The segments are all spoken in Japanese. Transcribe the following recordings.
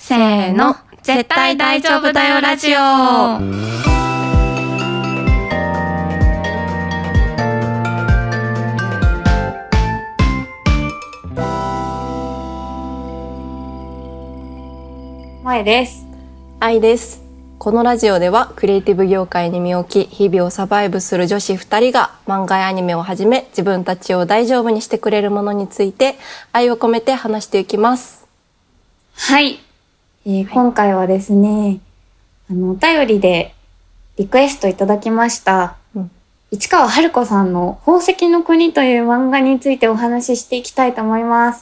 せーの、絶対大丈夫だよラジオ。 萌です。 愛です。このラジオではクリエイティブ業界に身を置き日々をサバイブする女子2人が漫画やアニメをはじめ自分たちを大丈夫にしてくれるものについて愛を込めて話していきます。 はい、今回はですね、お便りでリクエストいただきました、市川春子さんの宝石の国という漫画についてお話ししていきたいと思います。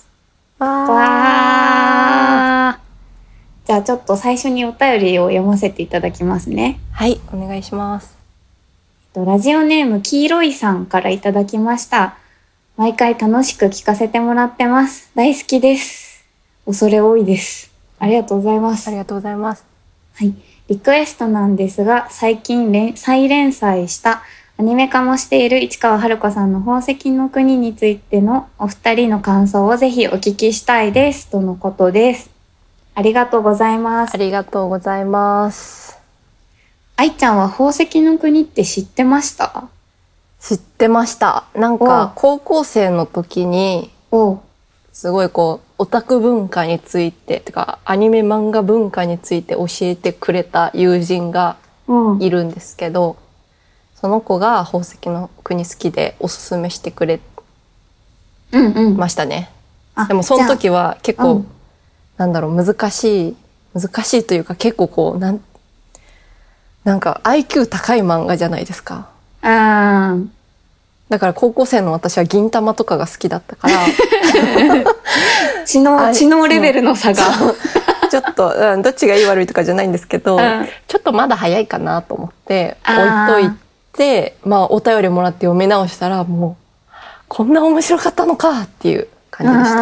わー。じゃあちょっと最初にお便りを読ませていただきますね。 はい、お願いします。 ラジオネーム黄色いさんからいただきました。毎回楽しく聞かせてもらってます。大好きです。恐れ多いです。ありがとうございます。 ありがとうございます。 はい、リクエストなんですが、最近再連載したアニメ化もしている市川春子さんの宝石の国についてのお二人の感想をぜひお聞きしたいですとのことです。ありがとうございます。 ありがとうございます。 愛ちゃんは宝石の国って知ってました？ 知ってました。なんか高校生の時にすごいこうオタク文化についててかアニメ漫画文化について教えてくれた友人がいるんですけど、その子が宝石の国好きでおすすめしてくれましたね。でもその時は結構、なんだろう、難しいというか結構こうなんか IQ 高い漫画じゃないですか。だから高校生の私は銀魂とかが好きだったから知能レベルの差がちょっと、どっちがいい悪いとかじゃないんですけど、ちょっとまだ早いかなと思って置いといて、まあお便りもらって読み直したらもうこんな面白かったのかっていう感じでした。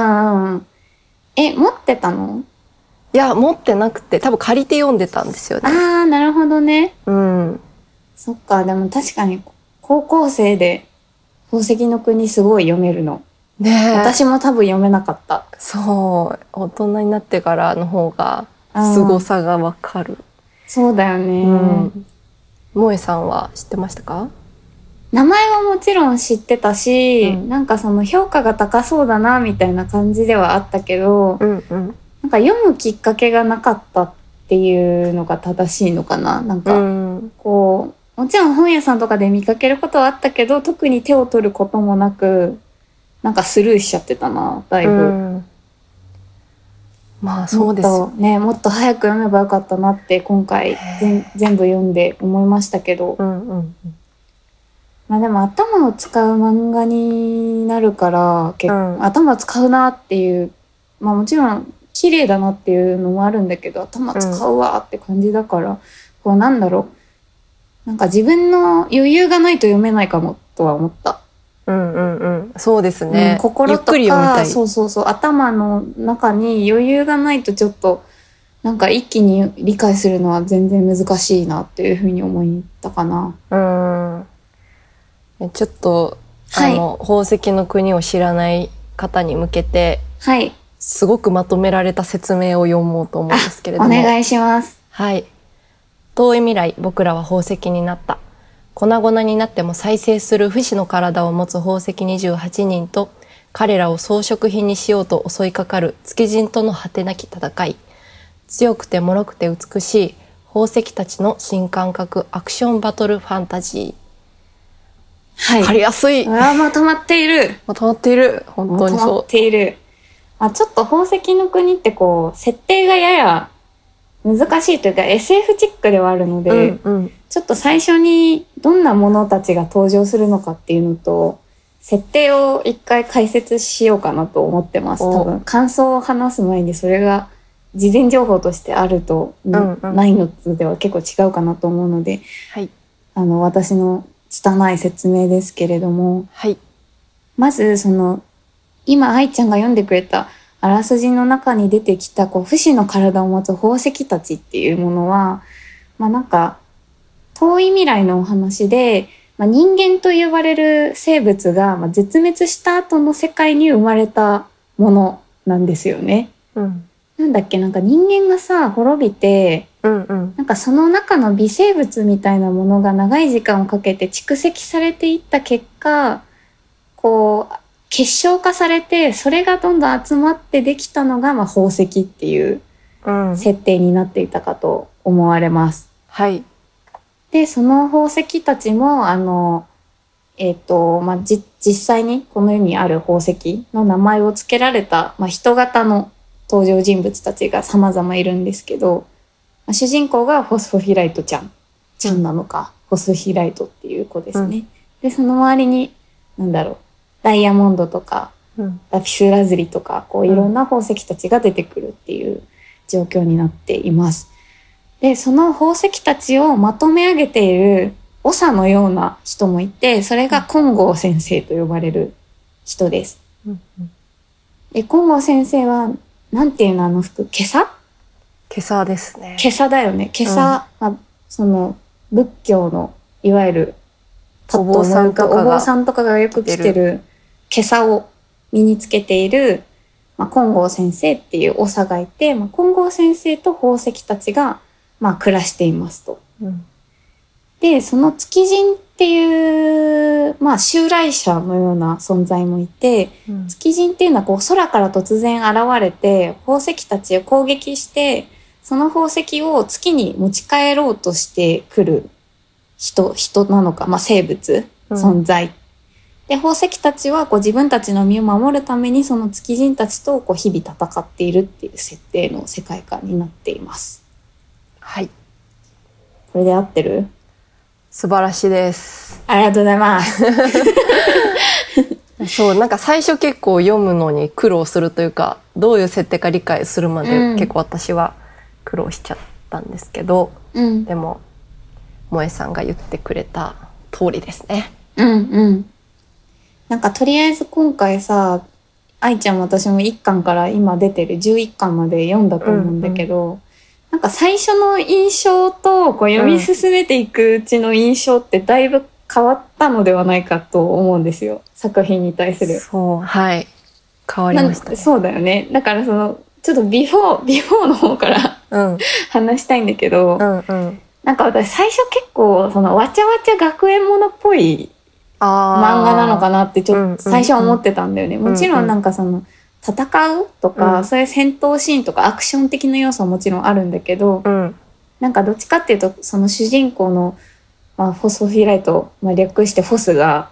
持ってたの？ いや、持ってなくて、多分借りて読んでたんですよね。 なるほどね。 そっか、でも確かに高校生で宝石の国すごい読めるの。ね、私も多分読めなかった。 そう、大人になってからの方が凄さがわかる。 そうだよね。 萌さんは知ってましたか？ 名前はもちろん知ってたし、なんかその評価が高そうだなみたいな感じではあったけど、なんか読むきっかけがなかったっていうのが正しいのかな。なんかこうもちろん本屋さんとかで見かけることはあったけど、特に手を取ることもなく、なんかスルーしちゃってたな、だいぶ。 まあそうですよね。もっと早く読めばよかったなって今回全部読んで思いましたけど。まあでも頭を使う漫画になるから頭を使うなっていう、まあもちろん綺麗だなっていうのもあるんだけど、頭使うわって感じだから、こうなんだろう、なんか自分の余裕がないと読めないかもとは思った。 そうですね。 心とかそう頭の中に余裕がないとちょっとなんか一気に理解するのは全然難しいなっていうふうに思ったかな。 ちょっと、宝石の国を知らない方に向けて、すごくまとめられた説明を読もうと思うんですけれども。 お願いします。 はい。遠い未来、僕らは宝石になった。粉々になっても再生する不死の体を持つ宝石28人と、彼らを装飾品にしようと襲いかかる月人との果てなき戦い。強くて脆くて美しい宝石たちの新感覚アクションバトルファンタジー。わかりやすい。 まとまっている。 まとまっている。本当にそう。 まとまっている。ちょっと宝石の国ってこう設定がやや難しいというか SF チックではあるので、ちょっと最初にどんなものたちが登場するのかっていうのと設定を一回解説しようかなと思ってます。多分感想を話す前にそれが事前情報としてあると、ないのでは結構違うかなと思うので、私の拙い説明ですけれども、まずその今愛ちゃんが読んでくれたあらすじの中に出てきたこう不死の体を持つ宝石たちっていうものは、なんか遠い未来のお話で、人間と呼ばれる生物が絶滅した後の世界に生まれたものなんですよね。 なんだっけ、なんか人間がさ、滅びて、なんかその中の微生物みたいなものが長い時間をかけて蓄積されていった結果、こう、結晶化されて、それがどんどん集まってできたのが、宝石っていう設定になっていたかと思われます。 はい。 で、その宝石たちも、実際にこの世にある宝石の名前を付けられた、人型の登場人物たちが様々いるんですけど、主人公がフォスフォフィライトちゃんなのか、フォスフィライトっていう子ですね。で、その周りに、ダイヤモンドとか、ラピスラズリとか、こういろんな宝石たちが出てくるっていう状況になっています。で、その宝石たちをまとめ上げている長のような人もいて、それが金剛先生と呼ばれる人です。で、金剛先生は、なんていうの、あの服、袈袈裟ですね。 袈裟だよね。袈裟、その仏教のいわゆるお坊さんとかがよく着てる袈裟を身につけている、金剛先生っていう長がいて、金剛先生と宝石たちが、暮らしていますと。で、その築人っていう、襲来者のような存在もいて、築人っていうのはこう空から突然現れて、宝石たちを攻撃して、その宝石を月に持ち帰ろうとしてくる人なのか、生物、存在。で、宝石たちはこう自分たちの身を守るためにその築人たちとこう日々戦っているっていう設定の世界観になっています。 はい。 これで合ってる？ 素晴らしいです。 ありがとうございます。 そう、なんか最初結構読むのに苦労するというか、どういう設定か理解するまで結構私は苦労しちゃったんですけど、でも萌さんが言ってくれた通りですね。 なんかとりあえず今回さ、愛ちゃんも私も1巻から今出てる11巻まで読んだと思うんだけど、なんか最初の印象とこう読み進めていくうちの印象ってだいぶ変わったのではないかと思うんですよ。作品に対する。 そう、はい。変わりましたね。 そうだよね。だからその、ちょっとビフォーの方から話したいんだけど、なんか私最初結構そのわちゃわちゃ学園ものっぽい漫画なのかなってちょっと最初は思ってたんだよね。もちろんなんかその戦うとか、そういう戦闘シーンとかアクション的な要素はもちろんあるんだけど、なんかどっちかっていうとその主人公の、フォスフィライト、略してフォスが、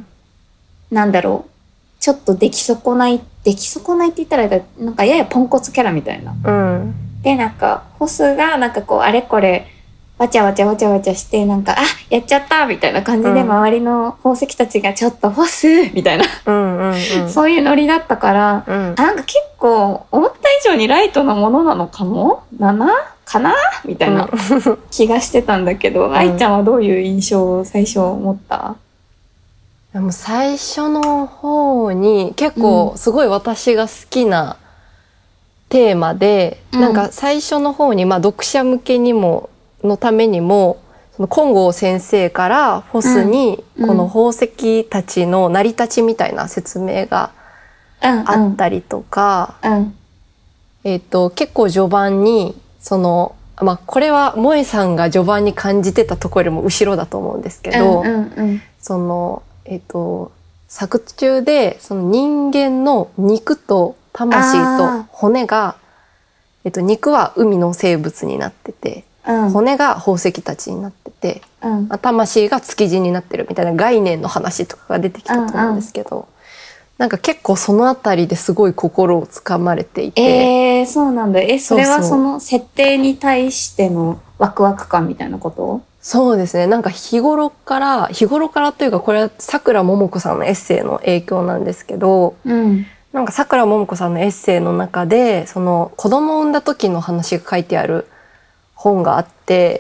ちょっと出来損ないって言ったらなんかややポンコツキャラみたいな。で、なんかフォスがなんかこうあれこれわちゃわちゃしてなんかやっちゃったみたいな感じで周りの宝石たちがちょっとフォスみたいなそういうノリだったから、なんか結構思った以上にライトなものなのかなみたいな気がしてたんだけど、愛ちゃんはどういう印象を最初持った？ でも最初の方に結構すごい私が好きなテーマで、なんか最初の方に読者向けにものためにもその金剛先生からフォスにこの宝石たちの成り立ちみたいな説明があったりとか、結構序盤にそのこれは萌さんが序盤に感じてたところよりも後ろだと思うんですけど、その作中でその人間の肉と魂と骨が、肉は海の生物になってて、骨が宝石たちになってて、魂が築地になってるみたいな概念の話とかが出てきたと思うんですけど、なんか結構そのあたりですごい心をつかまれていて。 そうなんだ。それはその設定に対してのワクワク感みたいなこと？ そうですね。なんか日頃からというかこれは桜ももこさんのエッセイの影響なんですけど、なんか桜ももこさんのエッセイの中でその子供を産んだ時の話が書いてある本があって、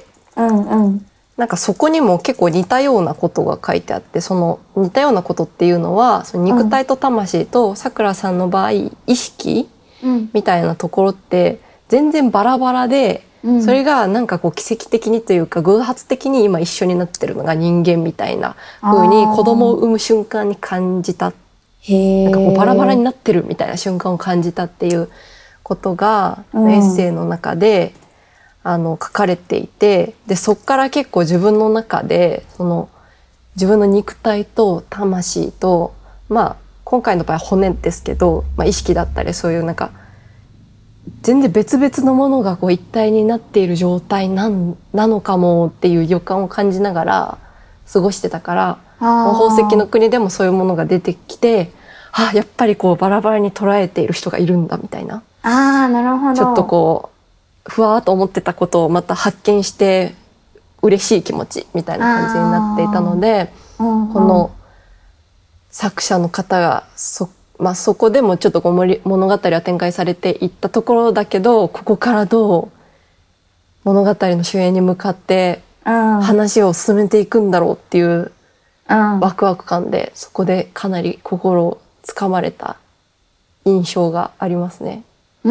なんかそこにも結構似たようなことが書いてあって、その似たようなことっていうのはその肉体と魂と桜さんの場合意識みたいなところって全然バラバラで、それがなんかこう奇跡的にというか偶発的に今一緒になってるのが人間みたいな風に子供を産む瞬間に感じた。なんかこうバラバラになってるみたいな瞬間を感じたっていうことが、エッセイの中で書かれていて、でそっから結構自分の中で自分の肉体と魂と、今回の場合骨ですけど、意識だったりそういう全然別々のものが一体になっている状態なのかもっていう予感を感じながら過ごしてたから、宝石の国でもそういうものが出てきて、やっぱりバラバラに捉えている人がいるんだみたいな。 なるほど。 ちょっとふわーっと思ってたことをまた発見して嬉しい気持ちみたいな感じになっていたので、この作者の方がそこでもちょっと物語は展開されていったところだけど、ここからどう物語の終焉に向かって話を進めていくんだろうっていうワクワク感で、そこでかなり心をつかまれた印象がありますね。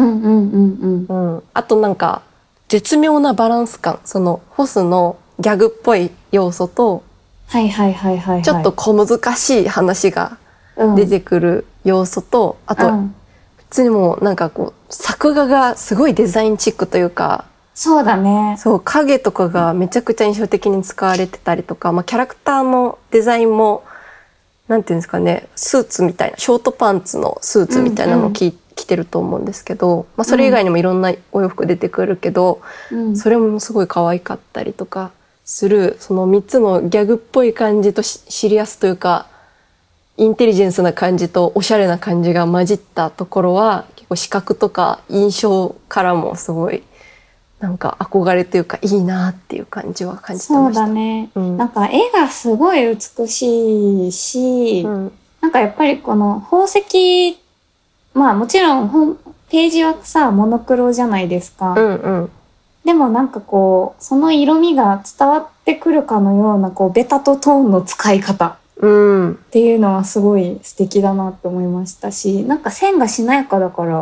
あと絶妙なバランス感、フォスのギャグっぽい要素と、ちょっと小難しい話が出てくる要素と、あと、普通にも作画がすごいデザインチックというか、 そうだね。 そう、影とかがめちゃくちゃ印象的に使われてたりとか、キャラクターのデザインも、なんていうんですかね、スーツみたいな、ショートパンツのスーツみたいなのを着てると思うんですけど、それ以外にもいろんなお洋服出てくるけど、それもすごい可愛かったりとかする、その3つのギャグっぽい感じとシリアスというか、インテリジェンスな感じとおしゃれな感じが混じったところは、結構視覚とか印象からもすごい憧れというかいいなっていう感じは感じてました。 そうだね。絵がすごい美しいし、やっぱりこの宝石、もちろんページはさ、モノクロじゃないですか。でもその色味が伝わってくるかのようなベタとトーンの使い方っていうのはすごい素敵だなって思いましたし、線がしなやかだから、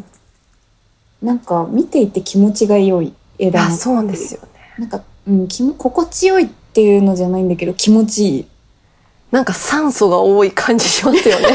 見ていて気持ちが良い絵だな。 そうですよね。 心地よいっていうのじゃないんだけど気持ちいい。 酸素が多い感じしますよね。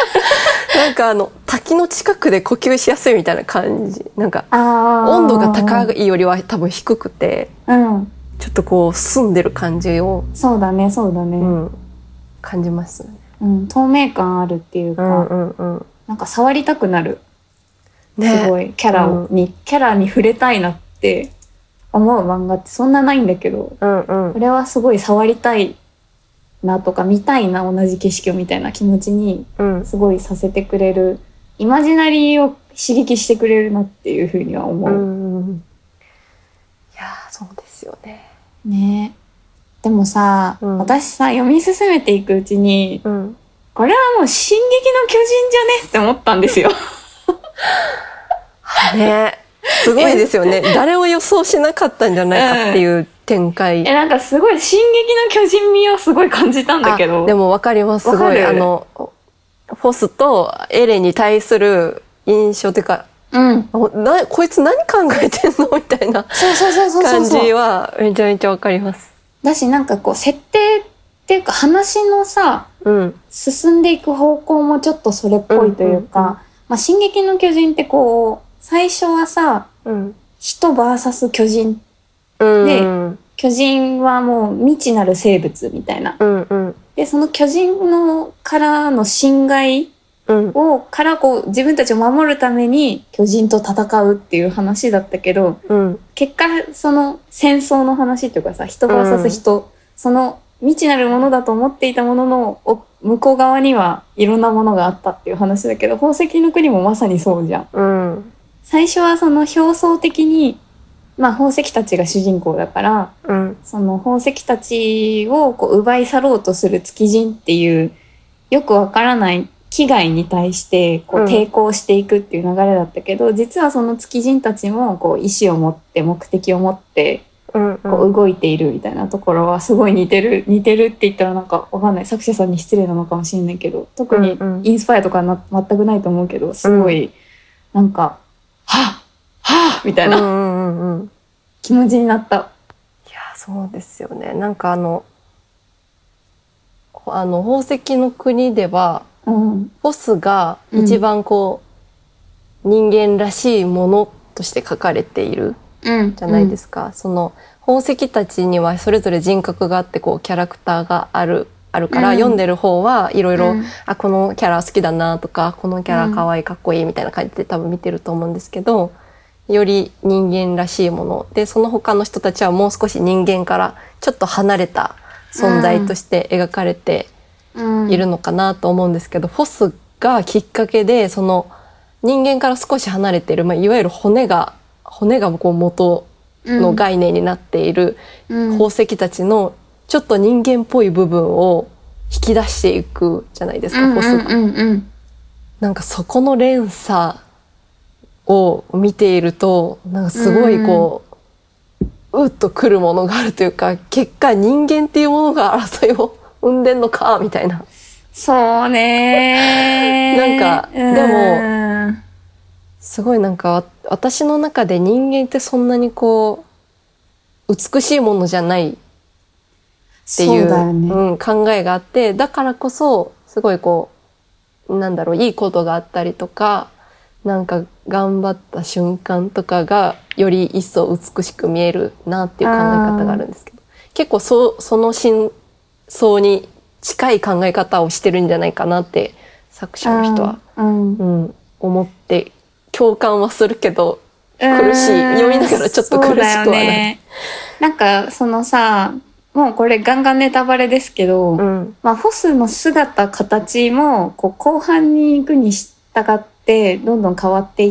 滝の近くで呼吸しやすいみたいな感じ。温度が高いよりは多分低くて、ちょっと澄んでる感じを。 そうだね。 感じますね。透明感あるっていうか、触りたくなる。すごいキャラに触れたいなって思う漫画ってそんなないんだけど、これはすごい触りたいなとか見たいな、同じ景色をみたいな気持ちにすごいさせてくれる、イマジナリーを刺激してくれるなっていうふうには思う。 いやそうですよね。 ね。でもさ、私さ読み進めていくうちに、これはもう「進撃の巨人」じゃねって思ったんですよ。 ね、すごいですよね。誰を予想しなかったんじゃないかっていう展開。 すごい「進撃の巨人」味をすごい感じたんだけど。 でも分かります。すごいフォスとエレンに対する印象っていうか、こいつ何考えてんのみたいな感じはめちゃめちゃ分かります。 だし設定っていうか話のさ、進んでいく方向もちょっとそれっぽいというか、進撃の巨人って最初はさ、人 VS 巨人で、巨人はもう未知なる生物みたいな。で、その巨人からの侵害から自分たちを守るために巨人と戦うっていう話だったけど、結果その戦争の話っていうかさ、人 VS 人、その未知なるものだと思っていたものの向こう側にはいろんなものがあったっていう話だけど、宝石の国もまさにそうじゃん。最初はその表層的に宝石たちが主人公だから、その宝石たちを奪い去ろうとする月人っていうよくわからない危害に対して抵抗していくっていう流れだったけど、実はその月人たちも意志を持って目的を持って動いているみたいなところはすごい似てるって言ったらわかんない、作者さんに失礼なのかもしれないけど、特にインスパイアとか全くないと思うけど、すごいはぁみたいな気持ちになった。いやそうですよね。宝石の国では、ボスが一番人間らしいものとして書かれているじゃないですか。その宝石たちにはそれぞれ人格があってこうキャラクターがあるから、読んでる方はいろいろこのキャラ好きだなとかこのキャラかわいいかっこいいみたいな感じで多分見てると思うんですけど、より人間らしいもので、その他の人たちはもう少し人間からちょっと離れた存在として描かれているのかなと思うんですけど、フォスがきっかけでその人間から少し離れている、いわゆる骨がこう元の概念になっている宝石たちのちょっと人間っぽい部分を引き出していくじゃないですか、フォスが。なんかそこの連鎖を見ていると、なんかすごいこう、うっとくるものがあるというか、結果人間っていうものが争いを生んでんのかみたいな。 そうねなんかでもすごいなんか私の中で人間ってそんなにこう美しいものじゃないっていう、考えがあって、だからこそすごいこういいことがあったりとか、なんか頑張った瞬間とかがより一層美しく見えるなっていう考え方があるんですけど、結構その真相に近い考え方をしてるんじゃないかなって作者の人は、思って共感はするけど苦しい、読みながらちょっと苦しくはない。 なんかそのさ、もうこれガンガンネタバレですけど、フォスの姿形もこう後半に行くに従ってどんどん変わっていって、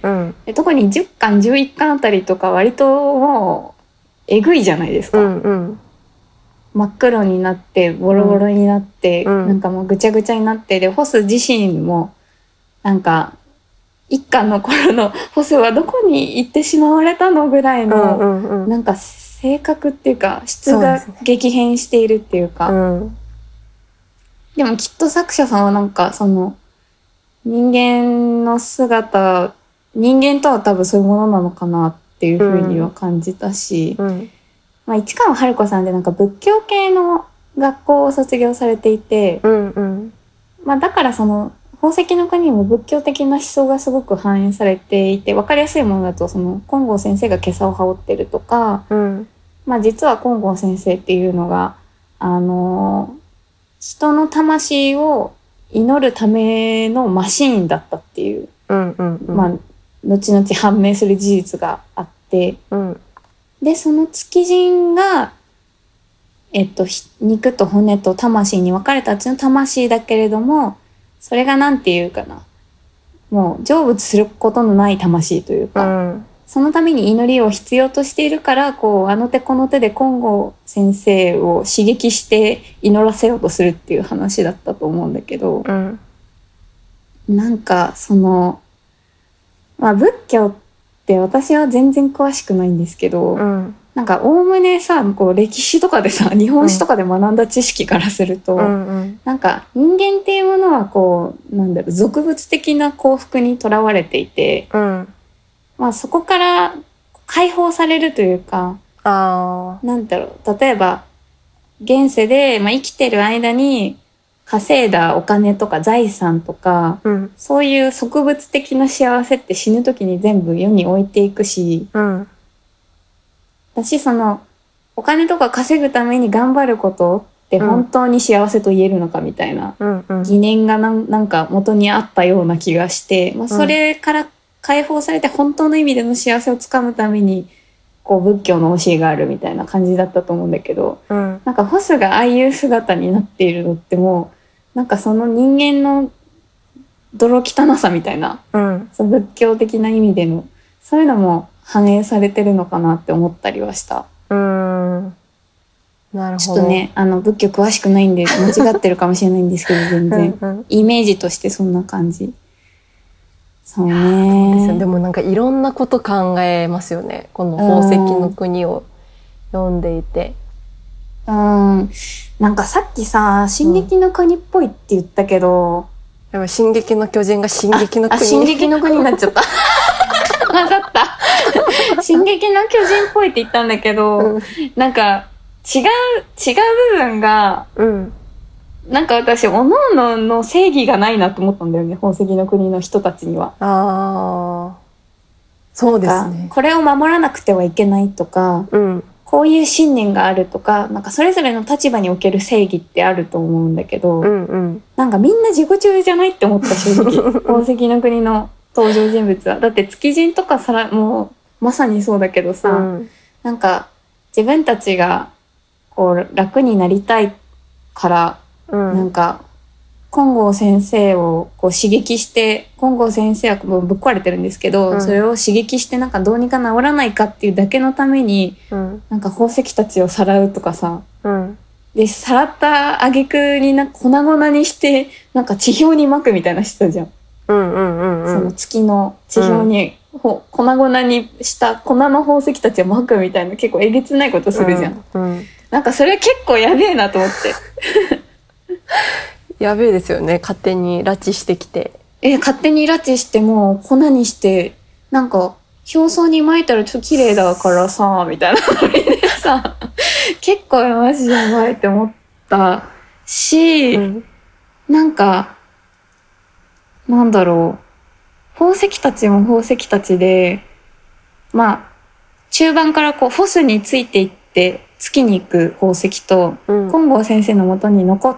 特に10巻11巻あたりとか割ともうえぐいじゃないですか。真っ黒になってボロボロになって、なんかもうぐちゃぐちゃになって、でフォス自身もなんか一巻の頃のフォスはどこに行ってしまわれたのぐらいの、なんか性格っていうか質が激変しているっていうか、でもきっと作者さんはなんかその人間の姿、人間とは多分そういうものなのかなっていうふうには感じたし、市川春子さんでなんか仏教系の学校を卒業されていて、だからその宝石の国にも仏教的な思想がすごく反映されていて、分かりやすいものだとその金剛先生が袈裟を羽織ってるとか、実は金剛先生っていうのが人の魂を祈るためのマシーンだったっていう、後々判明する事実があって、でその月人が肉と骨と魂に分かれたうちの魂だけれども、それがなんていうかな、もう成仏することのない魂というか、そのために祈りを必要としているから、こうあの手この手で金剛先生を刺激して祈らせようとするっていう話だったと思うんだけど、なんかその仏教って私は全然詳しくないんですけど、なんかおおむねさ、こう歴史とかでさ、日本史とかで学んだ知識からすると、なんか人間っていうものはこう俗物的な幸福にとらわれていて、そこから解放されるというか、例えば現世で、生きてる間に稼いだお金とか財産とか、そういう植物的な幸せって死ぬ時に全部世に置いていくし、私そのお金とか稼ぐために頑張ることって本当に幸せと言えるのかみたいな疑念がなんか元にあったような気がして、それから解放されて本当の意味での幸せをつかむためにこう仏教の教えがあるみたいな感じだったと思うんだけど、なんかフォスがああいう姿になっているのってもうなんかその人間の泥汚さみたいな、その仏教的な意味でのそういうのも反映されてるのかなって思ったりはした。 なるほど。 ちょっとね、仏教詳しくないんで間違ってるかもしれないんですけど全然イメージとしてそんな感じ。そうね。 そうですよ。でもなんかいろんなこと考えますよね。この宝石の国を読んでいて。 なんかさっきさ、進撃の国っぽいって言ったけど、 でも進撃の巨人が進撃の国。 進撃の国になっちゃった。混ざった。進撃の巨人っぽいって言ったんだけど、なんか違う部分が、 なんか私、各々の正義がないなと思ったんだよね、宝石の国の人たちには。 ああ、そうですね。 これを守らなくてはいけないとか、うん、こういう信念があるとか、なんかそれぞれの立場における正義ってあると思うんだけど、うんうん、なんかみんな自己中じゃないって思った、正直。宝石の国の登場人物は。だって月人とかもうまさにそうだけどさ、うん、なんか自分たちがこう楽になりたいから、うん、なんか金剛先生をこう刺激して、金剛先生はもうぶっ壊れてるんですけど、うん、それを刺激してなんかどうにか治らないかっていうだけのために、うん、なんか宝石たちをさらうとかさ、うん、でさらった挙句になんか粉々にしてなんか地表に撒くみたいなしてたじゃん。うんうんうんうん、その月の地表に、うん、粉々にした粉の宝石たちを撒くみたいな結構えげつないことするじゃん。うんうん、なんかそれ結構やべえなと思って。 やべえですよね。勝手に拉致してきて。 勝手に拉致しても粉にして、なんか表層に撒いたらちょっと綺麗だからさ、みたいなノリでさ、結構マジやばいって思ったし、うん、なんか、なんだろう。宝石たちも宝石たちで、まあ、中盤からこう、フォスについていって月に行く宝石と、うん、金剛先生の元に残って、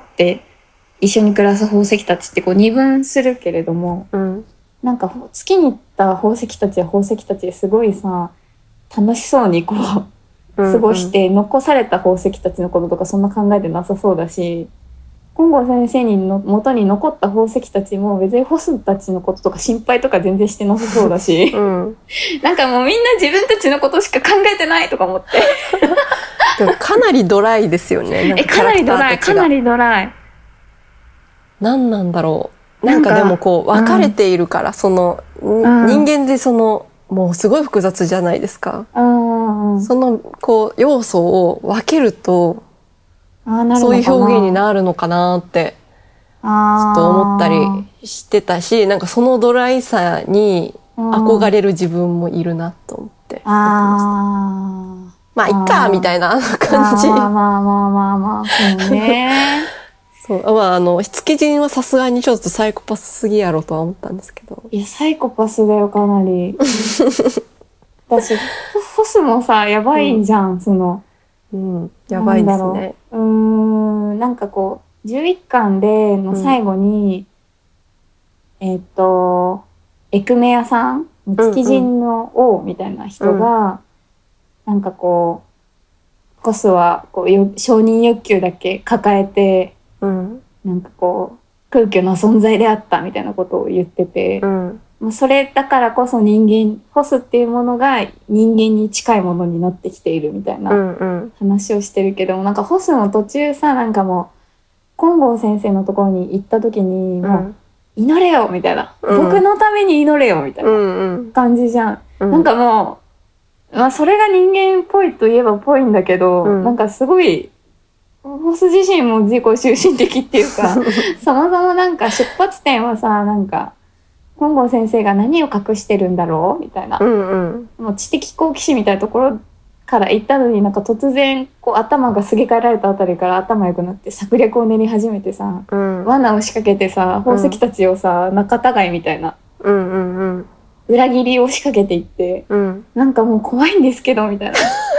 一緒に暮らす宝石たちってこう二分するけれども、うん、なんか月に行った宝石たちは宝石たちですごいさ楽しそうにこう過ごして、うんうん、残された宝石たちのこととかそんな考えてなさそうだし、金剛先生の元に残った宝石たちも別にホスたちのこととか心配とか全然してなさそうだし、うん、なんかもうみんな自分たちのことしか考えてないとか思ってでもかなりドライですよね。 かなりドライ、かなりドライ。 何なんだろう。なんかでもこう分かれているから、その、人間でそのもうすごい複雑じゃないですか。そのこう要素を分けるとそういう表現になるのかなってちょっと思ったりしてたし、なんかそのドライさに憧れる自分もいるなと思ってまあいっかみたいな感じ。 まあまあまあまあまあそうね。 そうまあ月人はさすがにちょっとサイコパスすぎやろとは思ったんですけど。 いやサイコパスだよかなり。私フォスもさやばいじゃん、その。 うん、やばいですね。 なんかこう11巻での最後に、エクメアさん月人の王みたいな人が、なんかこうコスはこう承認欲求だけ抱えて、なんかこう空虚な存在であったみたいなことを言ってて、それだからこそ人間ホスっていうものが人間に近いものになってきているみたいな話をしてるけども、なんかホスの途中さなんかもう金剛先生のところに行った時にもう祈れよみたいな、僕のために祈れよみたいな感じじゃん。なんかもうまあそれが人間っぽいといえばっぽいんだけど、なんかすごいホス自身も自己中心的っていうかそもそもなんか出発点はさなんか金剛先生が何を隠してるんだろうみたいな、もう知的好奇心みたいなところから行ったのになんか突然こう頭がすげ替えられたあたりから頭良くなって策略を練り始めてさ、罠を仕掛けてさ宝石たちをさ仲違いみたいな、裏切りを仕掛けていって、なんかもう怖いんですけどみたいな。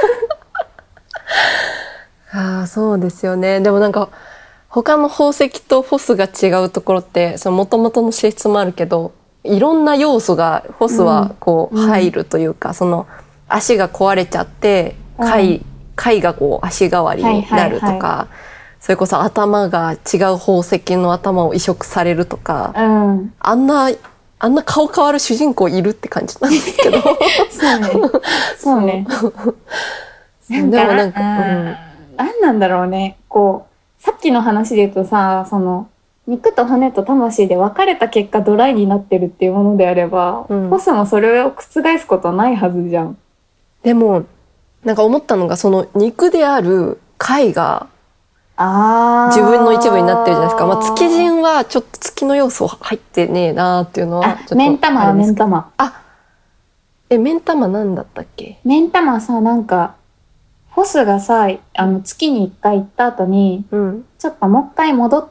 ああそうですよね。でもなんか他の宝石とフォスが違うところってその元々の性質もあるけどいろんな要素がフォスはこう入るというか、その足が壊れちゃって貝がこう足代わりになるとか、それこそ頭が違う宝石の頭を移植されるとか、あんな顔変わる主人公いるって感じなんですけど。 そうね。でもなんか、何なんだろうね。こうさっきの話で言うとさ、その肉と骨と魂で分かれた結果ドライになってるっていうものであれば、ホスもそれを覆すことはないはずじゃん。 でもなんか思ったのがその肉である貝が自分の一部になってるじゃないですか。まあ、月人はちょっと月の要素入ってねえなーっていうのはちょっと目ん玉は目ん玉。 目ん玉なんだったっけ？ 目ん玉さなんかホスがさ、月に1回行った後に、ちょっともう一回戻って、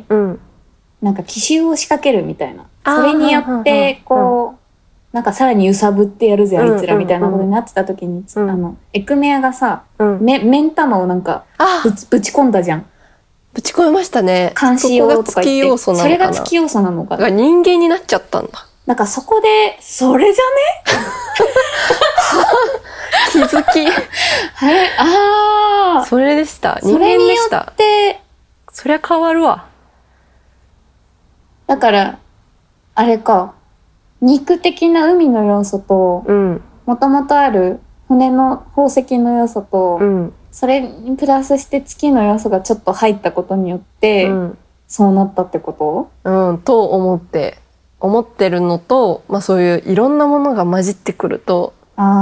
なんか奇襲を仕掛けるみたいな。それによって、こう、なんかさらに揺さぶってやるぜ、あいつらみたいなことになってた時に、エクメアがさ、目ん玉をなんかぶち込んだじゃん。 ぶち込みましたね。 監視用とか言って。それが月要素なのかな。 人間になっちゃったんだ。 なんかそこで、それじゃね気づき。それでした。人間でした。そりゃ変わるわ。 だから、あれか。肉的な海の要素と、もともとある骨の宝石の要素と、それにプラスして月の要素がちょっと入ったことによって、そうなったってこと？ と思ってるのと、まあそういういろんなものが混じってくると、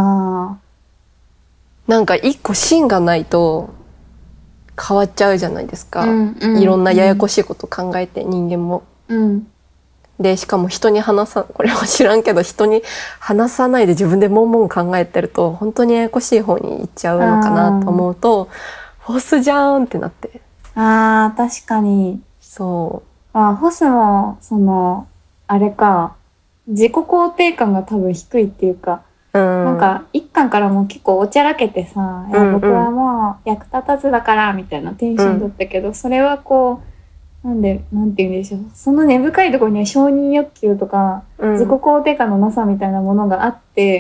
なんか一個芯がないと変わっちゃうじゃないですか。いろんなややこしいこと考えて、人間も。で、しかも人にこれは知らんけど、人に話さないで自分でもん考えてると、本当にややこしい方に行っちゃうのかなと思うと、ホスじゃーんってなって。 確かに。 そう。 ホスも、あれか、自己肯定感が多分低いっていうか、なんか、一巻からも結構おちゃらけてさ、僕はもう役立たずだから、みたいなテンションだったけど、それはこう、なんて言うんでしょう。その根深いところには承認欲求とか、自己肯定感のなさみたいなものがあって、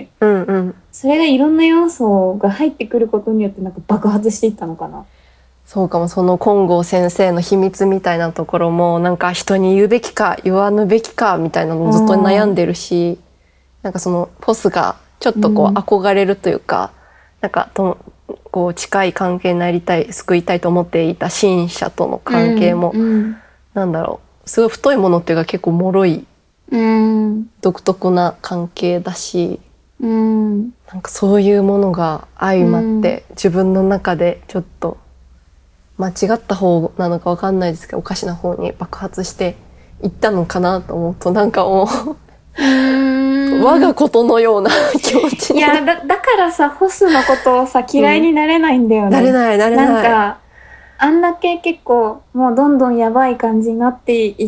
それがいろんな要素が入ってくることによってなんか爆発していったのかな。 そうかも。その金剛先生の秘密みたいなところも、なんか人に言うべきか言わぬべきかみたいなのをずっと悩んでるし、なんかそのポスがちょっとこう憧れるというか、なんかこう近い関係になりたい、救いたいと思っていた神社との関係も、なんだろう、すごい太いものっていうか結構脆い、独特な関係だし、なんかそういうものが相まって、自分の中でちょっと間違った方なのかわかんないですけど、おかしな方に爆発していったのかなと思うと、なんかもう我がことのような気持ちに。 いや、だからさ、ホスのことをさ、嫌いになれないんだよね。 なれない。 なんか、あんだけ結構、もうどんどんやばい感じになっていって、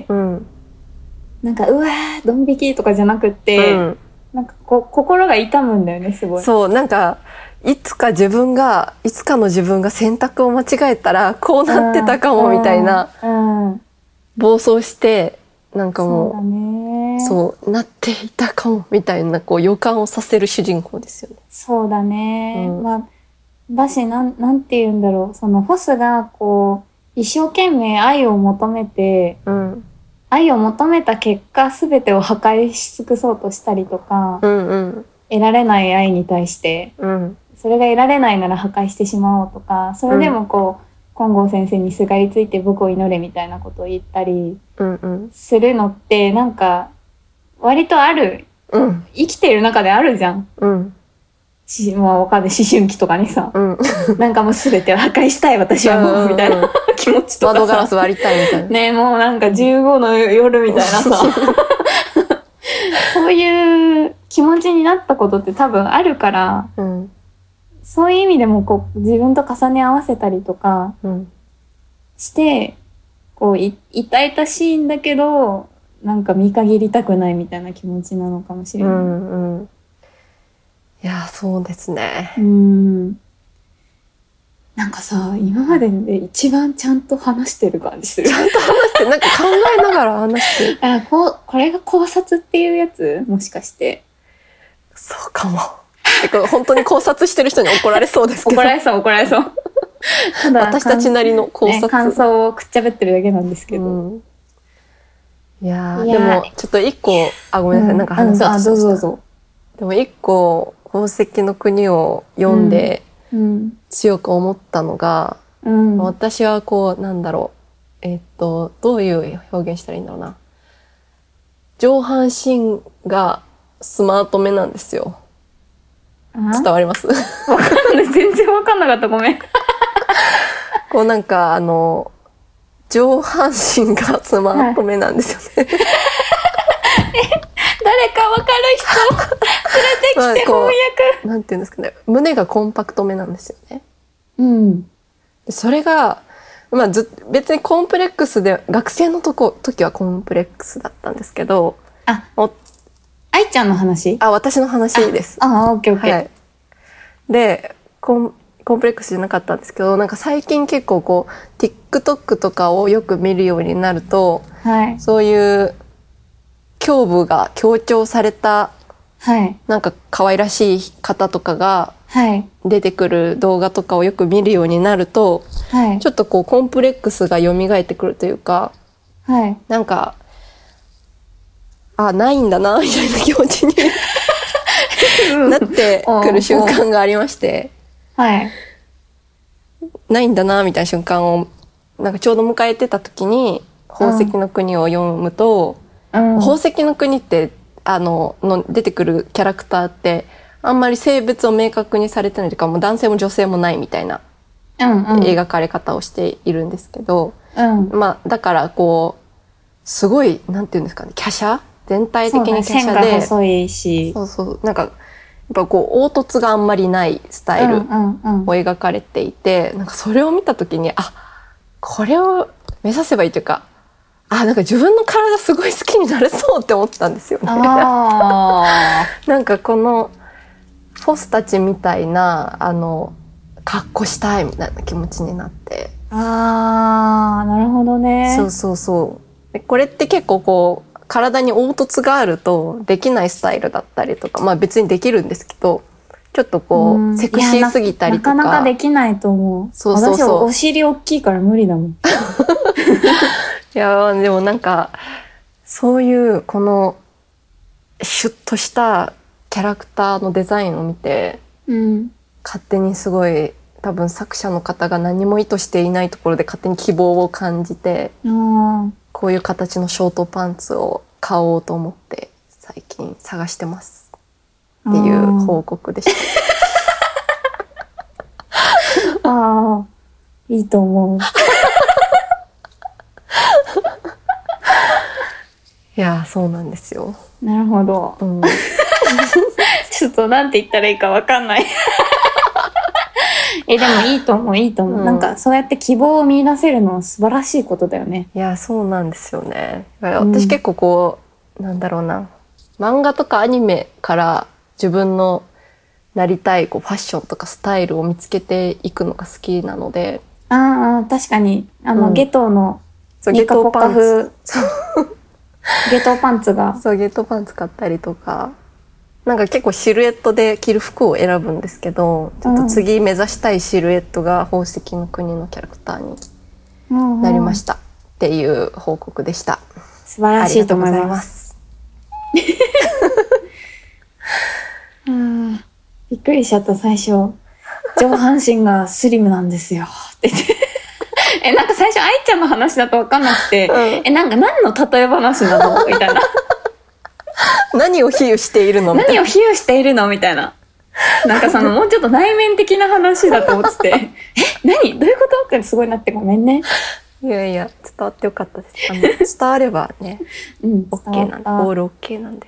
なんか、うわー、ドン引きとかじゃなくって、なんか心が痛むんだよね、すごい。 そう、なんか、いつかの自分が選択を間違えたら、こうなってたかも、みたいな、暴走して、なんかもう、そうなっていたかもみたいなこう予感をさせる主人公ですよね。 そうだね。まあだしなんて言うんだろう、そのホスがこう一生懸命愛を求めて、愛を求めた結果すべてを破壊し尽くそうとしたりとか、得られない愛に対して、それが得られないなら破壊してしまおうとか、それでもこう。金剛先生にすがりついて僕を祈れみたいなことを言ったりするのってなんか割とある、生きてる中であるじゃん。まあわかんない、思春期とかにさ、なんかもう全てを破壊したい私はもうみたいな気持ちとかさ、 窓ガラス割りたいみたいなね、もうなんか15の夜みたいなさそういう気持ちになったことって多分あるから、そういう意味でもこう自分と重ね合わせたりとかして、こう痛々しいんだけどなんか見限りたくないみたいな気持ちなのかもしれない。 いや、そうですね。 なんかさ、今までで一番ちゃんと話してる感じする。 ちゃんと話して、なんか考えながら話して。 これが考察っていうやつ？もしかして。 そうかも。本当に考察してる人に怒られそうですけど。 怒られそう。 ただ私たちなりの考察、 感想をくっちゃべってるだけなんですけど。 いやでもちょっと一個、ごめんなさい、なんか話そうとしました。 どうぞ。 でも一個宝石の国を読んで強く思ったのが、私はこうなんだろう、どういう表現したらいいんだろうな。上半身がスマートめなんですよ。伝わります？ わかんない。全然わかんなかった。ごめん。 こうなんか上半身がスマートめなんですよね。 誰か分かる人連れてきて翻訳。 なんていうんですかね、胸がコンパクトめなんですよね。 うん。 それが、まあ別にコンプレックスで、学生の時はコンプレックスだったんですけど。 愛ちゃんの話？ 私の話です。 オッケーオッケー。はい。 で、コンプレックスじゃなかったんですけど、なんか最近結構こう、TikTok とかをよく見るようになると、はい、そういう胸部が強調された、はい、なんか可愛らしい方とかが出てくる動画とかをよく見るようになると、はい、ちょっとこうコンプレックスが蘇ってくるというか、はい、なんか、ないんだな、みたいな気持ちになってくる瞬間がありまして、はい、ないんだな、みたいな瞬間を、なんかちょうど迎えてた時に、宝石の国を読むと、宝石の国って、出てくるキャラクターって、あんまり性別を明確にされてないというか、もう男性も女性もないみたいな、描かれ方をしているんですけど、まあ、だからこう、すごい、なんていうんですかね、華奢全体的に華奢で。 線が細いし。 そうそう。なんか、やっぱこう、凹凸があんまりないスタイルを描かれていて、なんかそれを見たときに、これを目指せばいいというか、なんか自分の体すごい好きになれそうって思ったんですよね。なんかこの、フォスたちみたいな、格好したいみたいな気持ちになって。 なるほどね。 そうそうそう。でこれって結構こう、体に凹凸があるとできないスタイルだったりとか、まあ別にできるんですけど、ちょっとこう、セクシーすぎたりとか。 なかなかできないと思う。 そうそうそう。 私お尻大きいから無理だもん。 いやでもなんか、そういうこの、シュッとしたキャラクターのデザインを見て、勝手にすごい、多分作者の方が何も意図していないところで勝手に希望を感じて、こういう形のショートパンツを買おうと思って最近探してますっていう報告でした。 いいと思う。 いやそうなんですよ。 なるほど。ちょっとなんて言ったらいいかわかんない。でもいいと思う、いいと思う。なんかそうやって希望を見出せるのは素晴らしいことだよね。 いや、そうなんですよね。私結構こう、なんだろうな。漫画とかアニメから自分のなりたいこうファッションとかスタイルを見つけていくのが好きなので。 確かに。ゲトのニカポカ風。ゲトパンツが。 そう、ゲトパンツ買ったりとか。なんか結構シルエットで着る服を選ぶんですけど、ちょっと次目指したいシルエットが宝石の国のキャラクターになりましたっていう報告でした。 素晴らしいと思います。びっくりしちゃった最初。上半身がスリムなんですよって言って。なんか最初愛ちゃんの話だと分かんなくて、なんか何の例え話なのみたいな。 何を比喩しているのみたいな。 何を比喩しているのみたいな。なんかもうちょっと内面的な話だと思ってて、何どういうことってすごいなってごめんね。 いやいや、伝わってよかったです。伝わればね、OK なんで、オール OK なんで。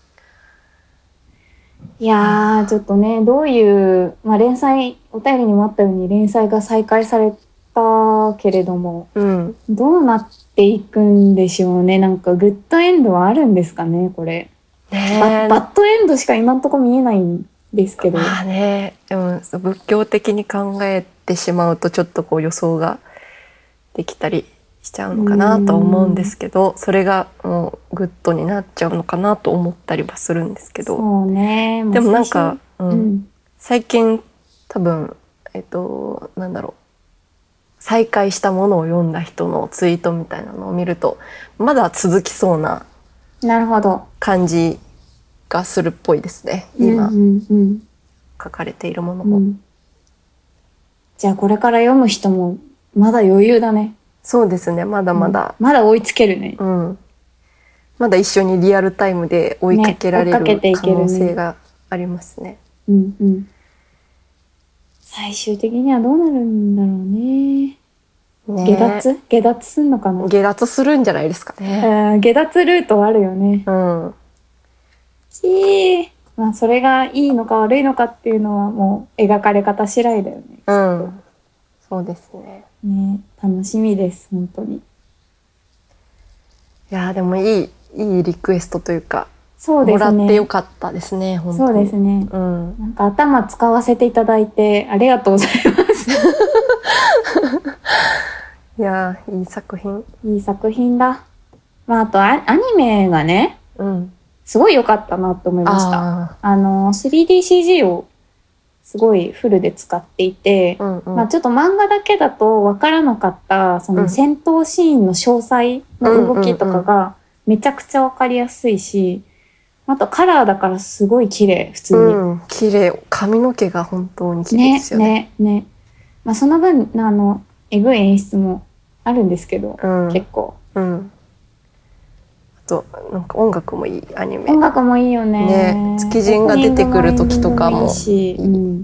いやー、ちょっとね、どういう、連載、お便りにもあったように連載が再開されたけれども、どうなっていくんでしょうね。なんかグッドエンドはあるんですかね、これ。バッドエンドしか今んとこ見えないんですけど。 まあね、でも仏教的に考えてしまうとちょっとこう予想ができたりしちゃうのかなと思うんですけど、それがもうグッドになっちゃうのかなと思ったりはするんですけど。 そうね。 でもなんか、最近多分、なんだろう。再開したものを読んだ人のツイートみたいなのを見ると、まだ続きそうな感じがするっぽいですね。今、書かれているものも。 じゃあこれから読む人もまだ余裕だね。 そうですね、まだまだ。 まだ追いつけるね。 まだ一緒にリアルタイムで追いかけられる可能性がありますね。 最終的にはどうなるんだろうね。下脱すんのかな。 下脱するんじゃないですかね。 下脱ルートあるよね。 き。まあそれがいいのか悪いのかっていうのはもう描かれ方次第だよね。 うん。そうですね。 ね、楽しみです本当に。いやでもいいリクエストというか、 そうですね。 もらってよかったですね本当に。 そうですね。うん。なんか頭使わせていただいてありがとうございます。 いやいい作品。 いい作品だ。まああとアニメがね、うん、すごい良かったなと思いました。3DCG をすごいフルで使っていて、うんうん、まあちょっと漫画だけだと分からなかったその戦闘シーンの詳細の動きとかがめちゃくちゃ分かりやすいし、あとカラーだからすごい綺麗普通に。 うん、綺麗。髪の毛が本当に綺麗ですよね。 ね。まあその分えぐい演出もあるんですけど、結構。うん。 なんか音楽もいいアニメ。 音楽もいいよね。 月人が出てくる時とかもいいし、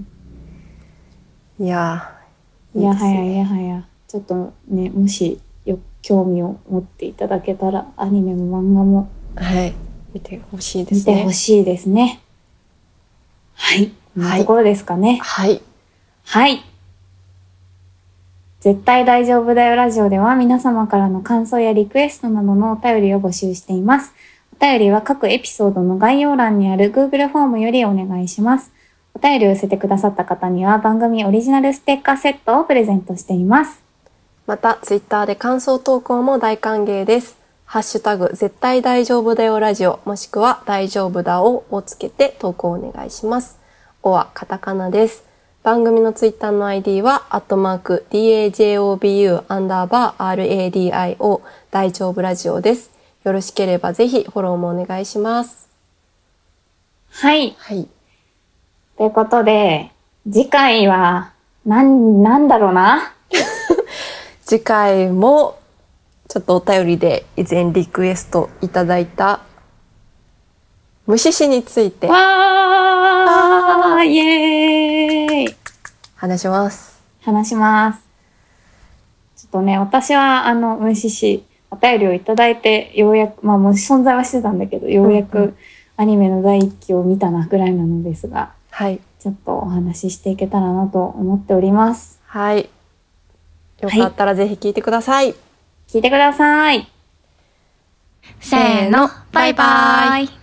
いやはやちょっとね、もし興味を持っていただけたらアニメも漫画も見てほしいですね。 見てほしいですね。はい、こんなところですかね。はい。絶対大丈夫だよラジオでは皆様からの感想やリクエストなどのお便りを募集しています。お便りは各エピソードの概要欄にある Google フォームよりお願いします。お便りを寄せてくださった方には番組オリジナルステッカーセットをプレゼントしています。 また、ツイッターで感想投稿も大歓迎です。ハッシュタグ絶対大丈夫だよラジオもしくは大丈夫だをつけて投稿お願いします。おはカタカナです。番組のツイッターの ID は@DAJOBU_RADIO 大丈夫ラジオです。よろしければぜひフォローもお願いします。 はい。ということで、次回はなんだろうな。 次回もちょっとお便りで以前リクエストいただいた虫歯について。 わーイエーイ話します。 ちょっとね、私は虫歯お便りをいただいてようやく、まあもう存在はしてたんだけど、ようやくアニメの第一期を見たなぐらいなのですが、ちょっとお話ししていけたらなと思っております。 よかったらぜひ聞いてください。 聞いてください。 せーの、バイバイ。